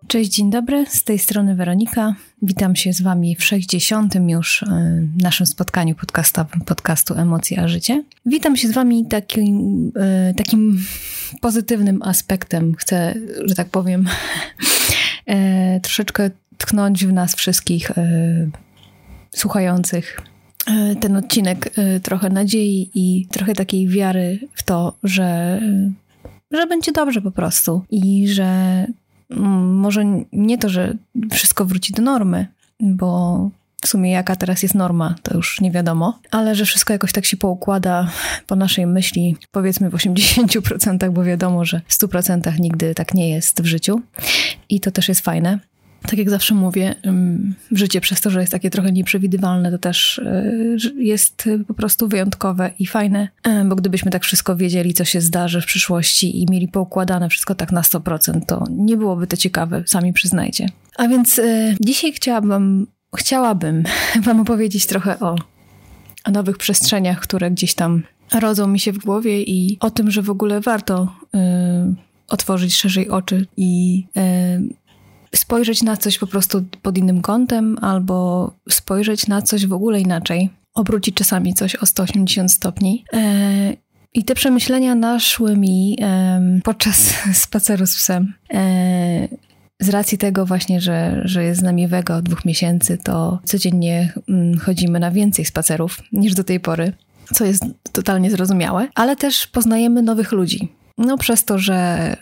Cześć, dzień dobry, z tej strony Weronika. Witam się z Wami w 60. już naszym spotkaniu podcastowym podcastu Emocje a Życie. Witam się z Wami takim pozytywnym aspektem. Chcę, że tak powiem, troszeczkę tknąć w nas wszystkich słuchających ten odcinek trochę nadziei i trochę takiej wiary w to, że będzie dobrze po prostu i że może nie to, że wszystko wróci do normy, bo w sumie jaka teraz jest norma, to już nie wiadomo, ale że wszystko jakoś tak się poukłada po naszej myśli, powiedzmy w 80%, bo wiadomo, że w 100% nigdy tak nie jest w życiu i to też jest fajne. Tak jak zawsze mówię, życie przez to, że jest takie trochę nieprzewidywalne, to też jest po prostu wyjątkowe i fajne, bo gdybyśmy tak wszystko wiedzieli, co się zdarzy w przyszłości i mieli poukładane wszystko tak na 100%, to nie byłoby to ciekawe, sami przyznajcie. A więc dzisiaj chciałabym Wam opowiedzieć trochę o nowych przestrzeniach, które gdzieś tam rodzą mi się w głowie i o tym, że w ogóle warto otworzyć szerzej oczy i spojrzeć na coś po prostu pod innym kątem albo spojrzeć na coś w ogóle inaczej. Obrócić czasami coś o 180 stopni. I te przemyślenia naszły mi podczas spaceru z psem. Z racji tego właśnie, że jest z nami Wega od 2 miesięcy, to codziennie chodzimy na więcej spacerów niż do tej pory, co jest totalnie zrozumiałe, ale też poznajemy nowych ludzi. No przez to, że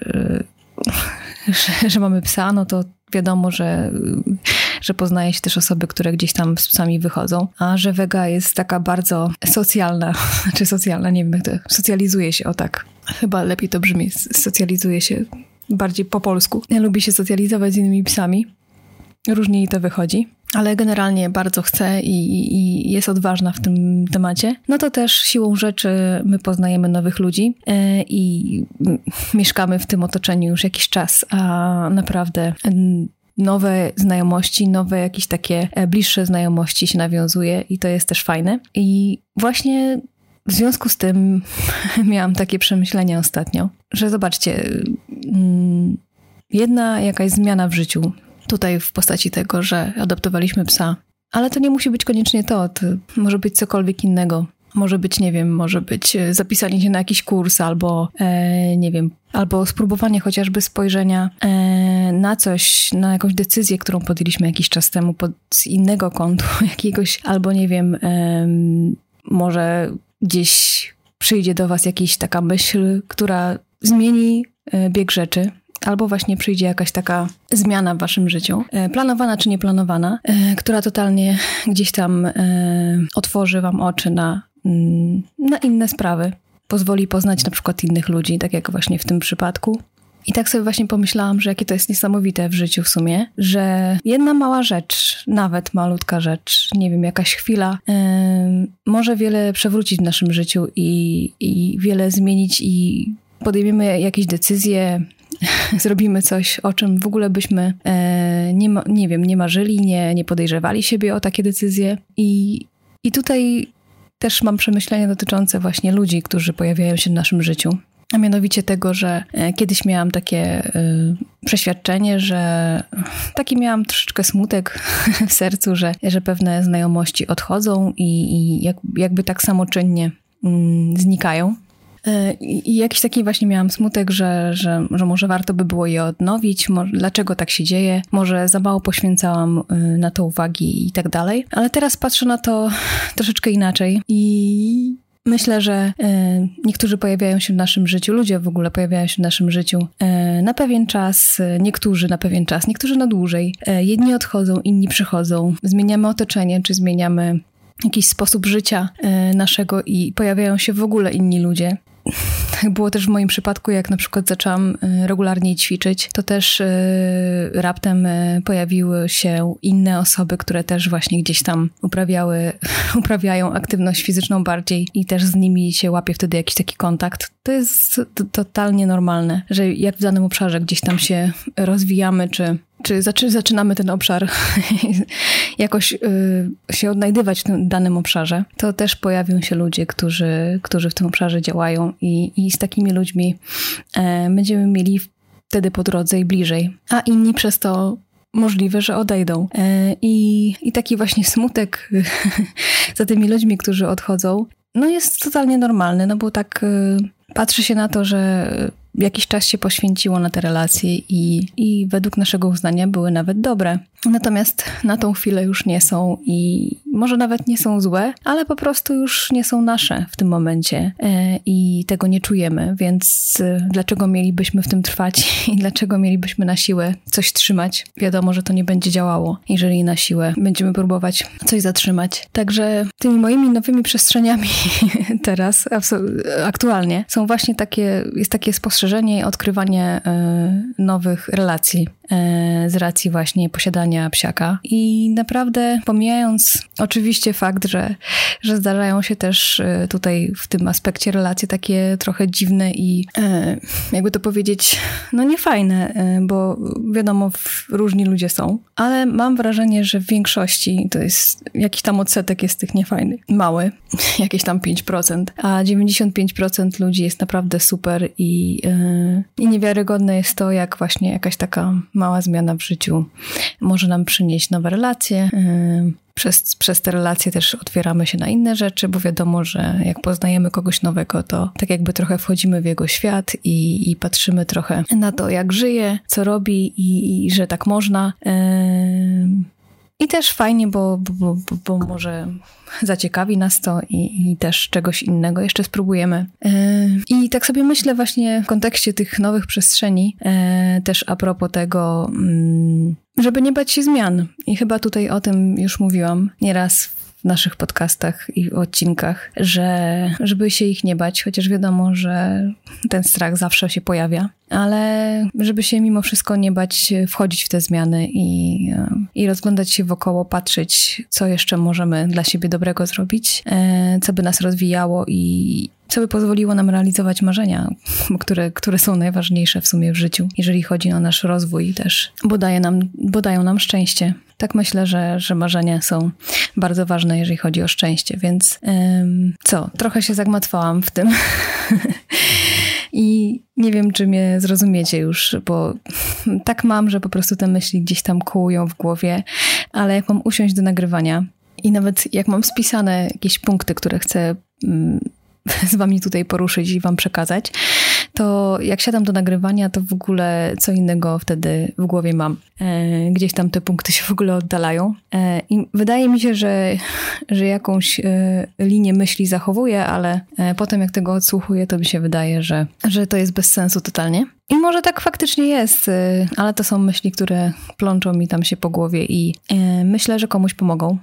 mamy psa, no to wiadomo, że poznaje się też osoby, które gdzieś tam z psami wychodzą, a że Wega jest taka bardzo socjalna, czy socjalna, nie wiem jak to, socjalizuje się, o tak, chyba lepiej to brzmi, socjalizuje się bardziej po polsku. Lubi się socjalizować z innymi psami, różnie jej to wychodzi, ale generalnie bardzo chce i jest odważna w tym temacie, no to też siłą rzeczy my poznajemy nowych ludzi i mieszkamy w tym otoczeniu już jakiś czas, a naprawdę nowe znajomości, nowe jakieś takie bliższe znajomości się nawiązuje i to jest też fajne. I właśnie w związku z tym miałam takie przemyślenia ostatnio, że zobaczcie, jedna jakaś zmiana w życiu, tutaj w postaci tego, że adoptowaliśmy psa. Ale to nie musi być koniecznie to może być cokolwiek innego. Może być, nie wiem, może być zapisanie się na jakiś kurs albo, nie wiem, albo spróbowanie chociażby spojrzenia na coś, na jakąś decyzję, którą podjęliśmy jakiś czas temu z innego kątu jakiegoś, albo nie wiem, może gdzieś przyjdzie do was jakaś taka myśl, która zmieni bieg rzeczy. Albo właśnie przyjdzie jakaś taka zmiana w waszym życiu, planowana czy nieplanowana, która totalnie gdzieś tam otworzy wam oczy na inne sprawy. Pozwoli poznać na przykład innych ludzi, tak jak właśnie w tym przypadku. I tak sobie właśnie pomyślałam, że jakie to jest niesamowite w życiu w sumie, że jedna mała rzecz, nawet malutka rzecz, nie wiem, jakaś chwila, może wiele przewrócić w naszym życiu i wiele zmienić i podejmiemy jakieś decyzje, zrobimy coś, o czym w ogóle byśmy nie marzyli, nie podejrzewali siebie o takie decyzje. I tutaj też mam przemyślenia dotyczące właśnie ludzi, którzy pojawiają się w naszym życiu. A mianowicie tego, że kiedyś miałam takie przeświadczenie, że taki miałam troszeczkę smutek w sercu, że pewne znajomości odchodzą i jakby tak samoczynnie znikają. I jakiś taki właśnie miałam smutek, że może warto by było je odnowić, dlaczego tak się dzieje, może za mało poświęcałam na to uwagi i tak dalej. Ale teraz patrzę na to troszeczkę inaczej i myślę, że niektórzy pojawiają się w naszym życiu, ludzie w ogóle pojawiają się w naszym życiu na pewien czas, niektórzy na pewien czas, niektórzy na dłużej. Jedni odchodzą, inni przychodzą. Zmieniamy otoczenie, czy zmieniamy jakiś sposób życia naszego i pojawiają się w ogóle inni ludzie. Tak było też w moim przypadku, jak na przykład zaczęłam regularnie ćwiczyć, to też raptem pojawiły się inne osoby, które też właśnie gdzieś tam uprawiają aktywność fizyczną bardziej i też z nimi się łapie wtedy jakiś taki kontakt. To jest totalnie normalne, że jak w danym obszarze gdzieś tam się rozwijamy, czy zaczynamy ten obszar jakoś się odnajdywać w tym danym obszarze, to też pojawią się ludzie, którzy w tym obszarze działają i z takimi ludźmi będziemy mieli wtedy po drodze i bliżej, a inni przez to możliwe, że odejdą. I taki właśnie smutek za tymi ludźmi, którzy odchodzą, no jest totalnie normalny, no bo tak patrzy się na to, że jakiś czas się poświęciło na te relacje i według naszego uznania były nawet dobre. Natomiast na tą chwilę już nie są i może nawet nie są złe, ale po prostu już nie są nasze w tym momencie i tego nie czujemy, więc dlaczego mielibyśmy w tym trwać i dlaczego mielibyśmy na siłę coś trzymać? Wiadomo, że to nie będzie działało, jeżeli na siłę będziemy próbować coś zatrzymać. Także tymi moimi nowymi przestrzeniami teraz, aktualnie, są właśnie jest takie spostrzeżenie i odkrywanie nowych relacji z racji właśnie posiadania psiaka. I naprawdę pomijając oczywiście fakt, że zdarzają się też tutaj w tym aspekcie relacje takie trochę dziwne i jakby to powiedzieć, no niefajne, bo wiadomo, różni ludzie są, ale mam wrażenie, że w większości to jest jakiś tam odsetek jest tych niefajnych. Mały, jakieś tam 5%, a 95% ludzi jest naprawdę super i niewiarygodne jest to, jak właśnie jakaś taka mała zmiana w życiu może nam przynieść nowe relacje. Przez te relacje też otwieramy się na inne rzeczy, bo wiadomo, że jak poznajemy kogoś nowego, to tak jakby trochę wchodzimy w jego świat i patrzymy trochę na to, jak żyje, co robi i że tak można. I też fajnie, bo może zaciekawi nas to i też czegoś innego jeszcze spróbujemy. I tak sobie myślę właśnie w kontekście tych nowych przestrzeni, też a propos tego, żeby nie bać się zmian. I chyba tutaj o tym już mówiłam nieraz w naszych podcastach i odcinkach, żeby się ich nie bać, chociaż wiadomo, że ten strach zawsze się pojawia, ale żeby się mimo wszystko nie bać wchodzić w te zmiany i rozglądać się wokoło, patrzeć, co jeszcze możemy dla siebie dobrego zrobić, co by nas rozwijało i co by pozwoliło nam realizować marzenia, które są najważniejsze w sumie w życiu, jeżeli chodzi o nasz rozwój też, bo dają nam szczęście. Tak myślę, że marzenia są bardzo ważne, jeżeli chodzi o szczęście, więc trochę się zagmatwałam w tym i nie wiem, czy mnie zrozumiecie już, bo tak mam, że po prostu te myśli gdzieś tam kołują w głowie, ale jak mam usiąść do nagrywania i nawet jak mam spisane jakieś punkty, które chcę z wami tutaj poruszyć i wam przekazać, to jak siadam do nagrywania, to w ogóle co innego wtedy w głowie mam. Gdzieś tam te punkty się w ogóle oddalają. I wydaje mi się, że jakąś linię myśli zachowuję, ale potem jak tego odsłuchuję, to mi się wydaje, że to jest bez sensu totalnie. I może tak faktycznie jest, ale to są myśli, które plączą mi tam się po głowie i myślę, że komuś pomogą.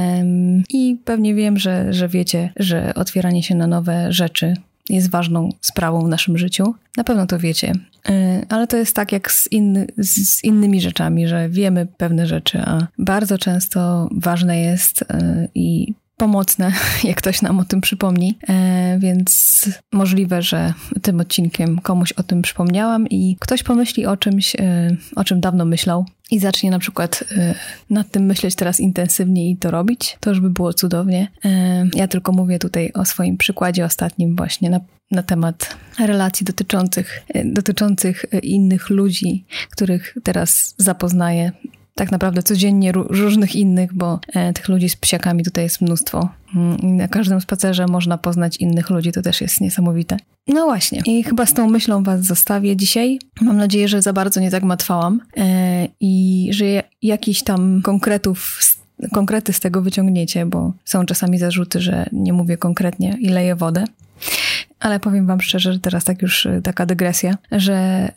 I pewnie wiem, że wiecie, że otwieranie się na nowe rzeczy jest ważną sprawą w naszym życiu. Na pewno to wiecie. Ale to jest tak jak z innymi rzeczami, że wiemy pewne rzeczy, a bardzo często ważne jest i pomocne, jak ktoś nam o tym przypomni, więc możliwe, że tym odcinkiem komuś o tym przypomniałam i ktoś pomyśli o czymś, o czym dawno myślał i zacznie na przykład nad tym myśleć teraz intensywnie i to robić, to już by było cudownie. Ja tylko mówię tutaj o swoim przykładzie ostatnim właśnie na temat relacji dotyczących innych ludzi, których teraz zapoznaję. Tak naprawdę codziennie różnych innych, bo tych ludzi z psiakami tutaj jest mnóstwo. Na każdym spacerze można poznać innych ludzi, to też jest niesamowite. No właśnie. I chyba z tą myślą was zostawię dzisiaj. Mam nadzieję, że za bardzo nie zagmatwałam i że jakiś tam konkrety z tego wyciągniecie, bo są czasami zarzuty, że nie mówię konkretnie i leję wodę. Ale powiem wam szczerze, że teraz tak już taka dygresja, że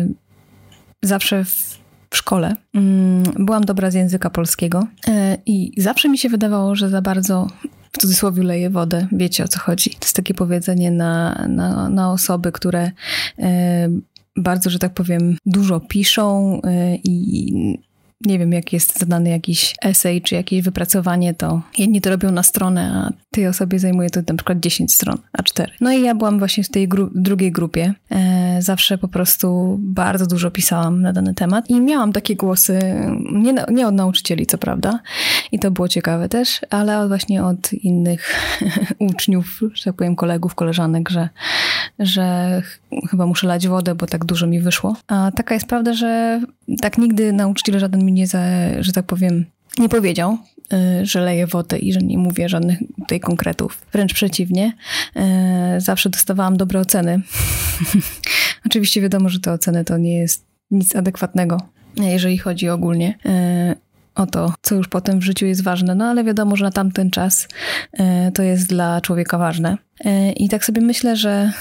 zawsze w szkole byłam dobra z języka polskiego i zawsze mi się wydawało, że za bardzo w cudzysłowie leję wodę. Wiecie, o co chodzi. To jest takie powiedzenie na osoby, które bardzo, że tak powiem, dużo piszą i nie wiem, jak jest zadany jakiś esej czy jakieś wypracowanie, to jedni to robią na stronę, a tej osobie zajmuje to na przykład 10 stron, A4. No i ja byłam właśnie w tej drugiej grupie, Zawsze po prostu bardzo dużo pisałam na dany temat i miałam takie głosy, nie od nauczycieli, co prawda, i to było ciekawe też, ale właśnie od innych uczniów, że tak powiem, kolegów, koleżanek, że chyba muszę lać wodę, bo tak dużo mi wyszło. A taka jest prawda, że tak nigdy nauczyciel żaden mi że tak powiem, nie powiedział, że leję wodę i że nie mówię żadnych tutaj konkretów. Wręcz przeciwnie. Zawsze dostawałam dobre oceny. Oczywiście wiadomo, że te oceny to nie jest nic adekwatnego, jeżeli chodzi ogólnie o to, co już potem w życiu jest ważne. No ale wiadomo, że na tamten czas to jest dla człowieka ważne. I tak sobie myślę,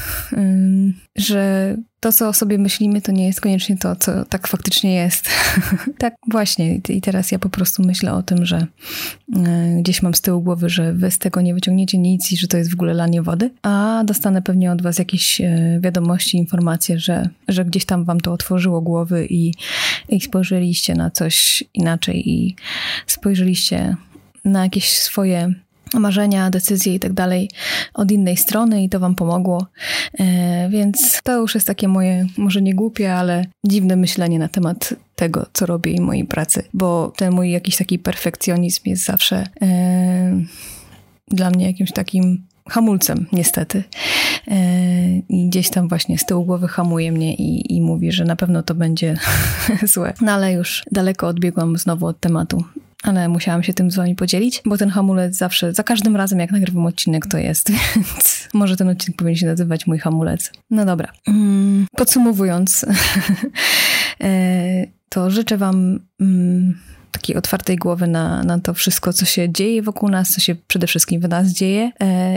że to, co o sobie myślimy, to nie jest koniecznie to, co tak faktycznie jest. Tak właśnie. I teraz ja po prostu myślę o tym, że gdzieś mam z tyłu głowy, że wy z tego nie wyciągniecie nic i że to jest w ogóle lanie wody, a dostanę pewnie od was jakieś wiadomości, informacje, że gdzieś tam wam to otworzyło głowy i spojrzeliście na coś inaczej i spojrzeliście na jakieś swoje marzenia, decyzje i tak dalej od innej strony i to wam pomogło. Więc to już jest takie moje, może nie głupie, ale dziwne myślenie na temat tego, co robię i mojej pracy, bo ten mój jakiś taki perfekcjonizm jest zawsze dla mnie jakimś takim hamulcem, niestety. I gdzieś tam właśnie z tyłu głowy hamuje mnie i mówi, że na pewno to będzie złe. No ale już daleko odbiegłam znowu od tematu. Ale musiałam się tym z wami podzielić, bo ten hamulec zawsze, za każdym razem jak nagrywam odcinek, to jest, więc może ten odcinek powinien się nazywać mój hamulec. No dobra. Podsumowując, to życzę wam takiej otwartej głowy na to wszystko, co się dzieje wokół nas, co się przede wszystkim w nas dzieje.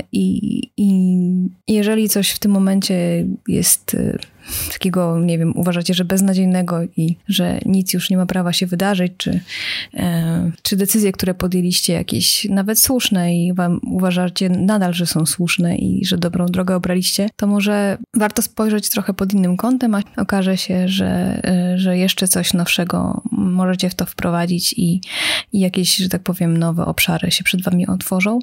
I jeżeli coś w tym momencie jest takiego, nie wiem, uważacie, że beznadziejnego i że nic już nie ma prawa się wydarzyć, czy decyzje, które podjęliście jakieś nawet słuszne i wam uważacie nadal, że są słuszne i że dobrą drogę obraliście, to może warto spojrzeć trochę pod innym kątem, a okaże się, że jeszcze coś nowszego możecie w to wprowadzić i jakieś, że tak powiem, nowe obszary się przed wami otworzą.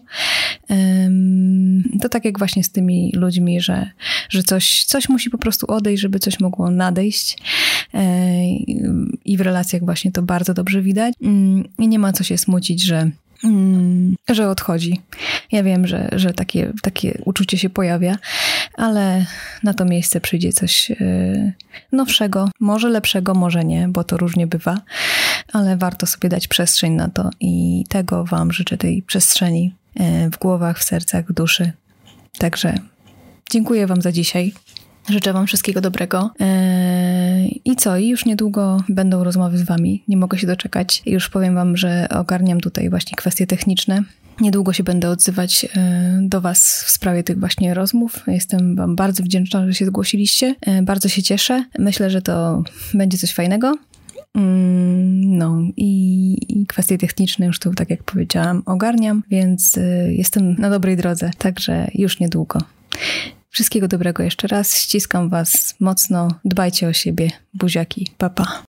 To tak jak właśnie z tymi ludźmi, że coś musi po prostu odejść, żeby coś mogło nadejść. I w relacjach właśnie to bardzo dobrze widać. I nie ma co się smucić, że odchodzi. Ja wiem, że takie uczucie się pojawia, ale na to miejsce przyjdzie coś nowszego, może lepszego, może nie, bo to różnie bywa, ale warto sobie dać przestrzeń na to i tego wam życzę, tej przestrzeni w głowach, w sercach, w duszy. Także dziękuję wam za dzisiaj. Życzę wam wszystkiego dobrego. I co? I już niedługo będą rozmowy z wami. Nie mogę się doczekać. Już powiem wam, że ogarniam tutaj właśnie kwestie techniczne. Niedługo się będę odzywać do was w sprawie tych właśnie rozmów. Jestem wam bardzo wdzięczna, że się zgłosiliście. Bardzo się cieszę. Myślę, że to będzie coś fajnego. No i kwestie techniczne już tu, tak jak powiedziałam, ogarniam, więc jestem na dobrej drodze. Także już niedługo. Wszystkiego dobrego jeszcze raz. Ściskam was mocno. Dbajcie o siebie. Buziaki. Pa, pa.